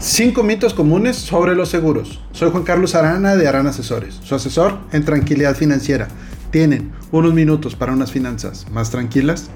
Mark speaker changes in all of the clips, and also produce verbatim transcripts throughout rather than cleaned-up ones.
Speaker 1: Cinco mitos comunes sobre los seguros. Soy Juan Carlos Arana de Arana Asesores, su asesor en tranquilidad financiera. ¿Tienen unos minutos para unas finanzas más tranquilas?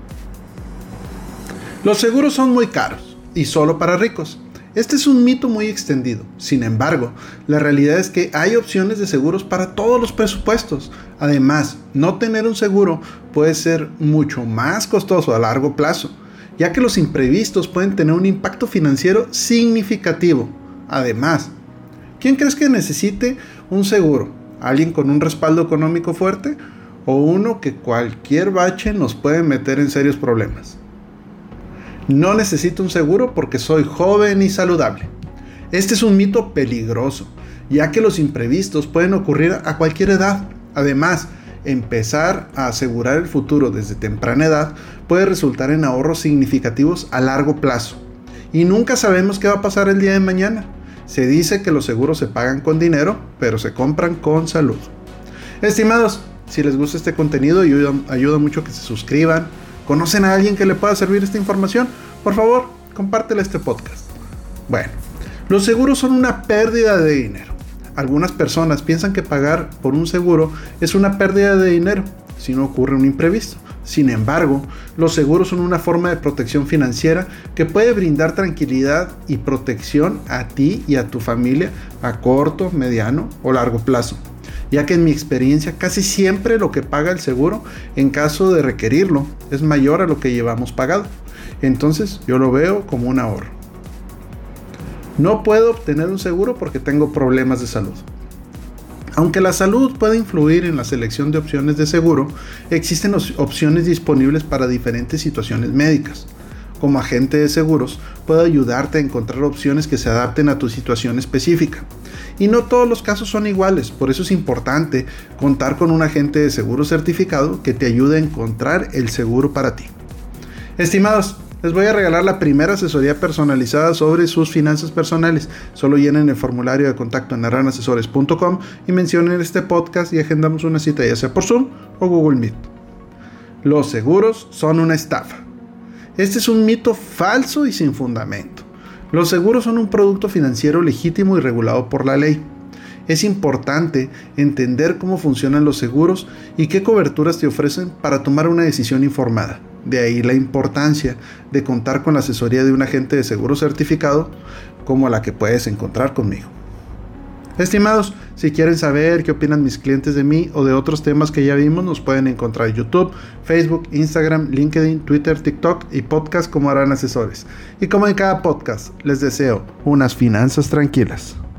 Speaker 1: Los seguros son muy caros y solo para ricos. Este es un mito muy extendido. Sin embargo, la realidad es que hay opciones de seguros para todos los presupuestos. Además, no tener un seguro puede ser mucho más costoso a largo plazo, ya que los imprevistos pueden tener un impacto financiero significativo. Además, ¿quién crees que necesite un seguro? ¿Alguien con un respaldo económico fuerte? ¿O uno que cualquier bache nos puede meter en serios problemas? No necesito un seguro porque soy joven y saludable. Este es un mito peligroso, ya que los imprevistos pueden ocurrir a cualquier edad. Además, empezar a asegurar el futuro desde temprana edad puede resultar en ahorros significativos a largo plazo. Y nunca sabemos qué va a pasar el día de mañana. Se dice que los seguros se pagan con dinero, pero se compran con salud. Estimados, si les gusta este contenido, ayuda, ayuda mucho que se suscriban. ¿Conocen a alguien que le pueda servir esta información? Por favor, compártele este podcast. Bueno, los seguros son una pérdida de dinero. Algunas personas piensan que pagar por un seguro es una pérdida de dinero si no ocurre un imprevisto. Sin embargo, los seguros son una forma de protección financiera que puede brindar tranquilidad y protección a ti y a tu familia a corto, mediano o largo plazo, ya que en mi experiencia casi siempre lo que paga el seguro en caso de requerirlo es mayor a lo que llevamos pagado. Entonces yo lo veo como un ahorro. No puedo obtener un seguro porque tengo problemas de salud. Aunque la salud puede influir en la selección de opciones de seguro, existen opciones disponibles para diferentes situaciones médicas. Como agente de seguros, puedo ayudarte a encontrar opciones que se adapten a tu situación específica. Y no todos los casos son iguales, por eso es importante contar con un agente de seguro certificado que te ayude a encontrar el seguro para ti. Estimados, les voy a regalar la primera asesoría personalizada sobre sus finanzas personales. Solo llenen el formulario de contacto en arana asesores punto com y mencionen este podcast y agendamos una cita ya sea por Zoom o Google Meet. Los seguros son una estafa. Este es un mito falso y sin fundamento. Los seguros son un producto financiero legítimo y regulado por la ley. Es importante entender cómo funcionan los seguros y qué coberturas te ofrecen para tomar una decisión informada. De ahí la importancia de contar con la asesoría de un agente de seguro certificado como la que puedes encontrar conmigo. Estimados, si quieren saber qué opinan mis clientes de mí o de otros temas que ya vimos, nos pueden encontrar en YouTube, Facebook, Instagram, LinkedIn, Twitter, TikTok y podcast como Arana Asesores. Y como en cada podcast, les deseo unas finanzas tranquilas.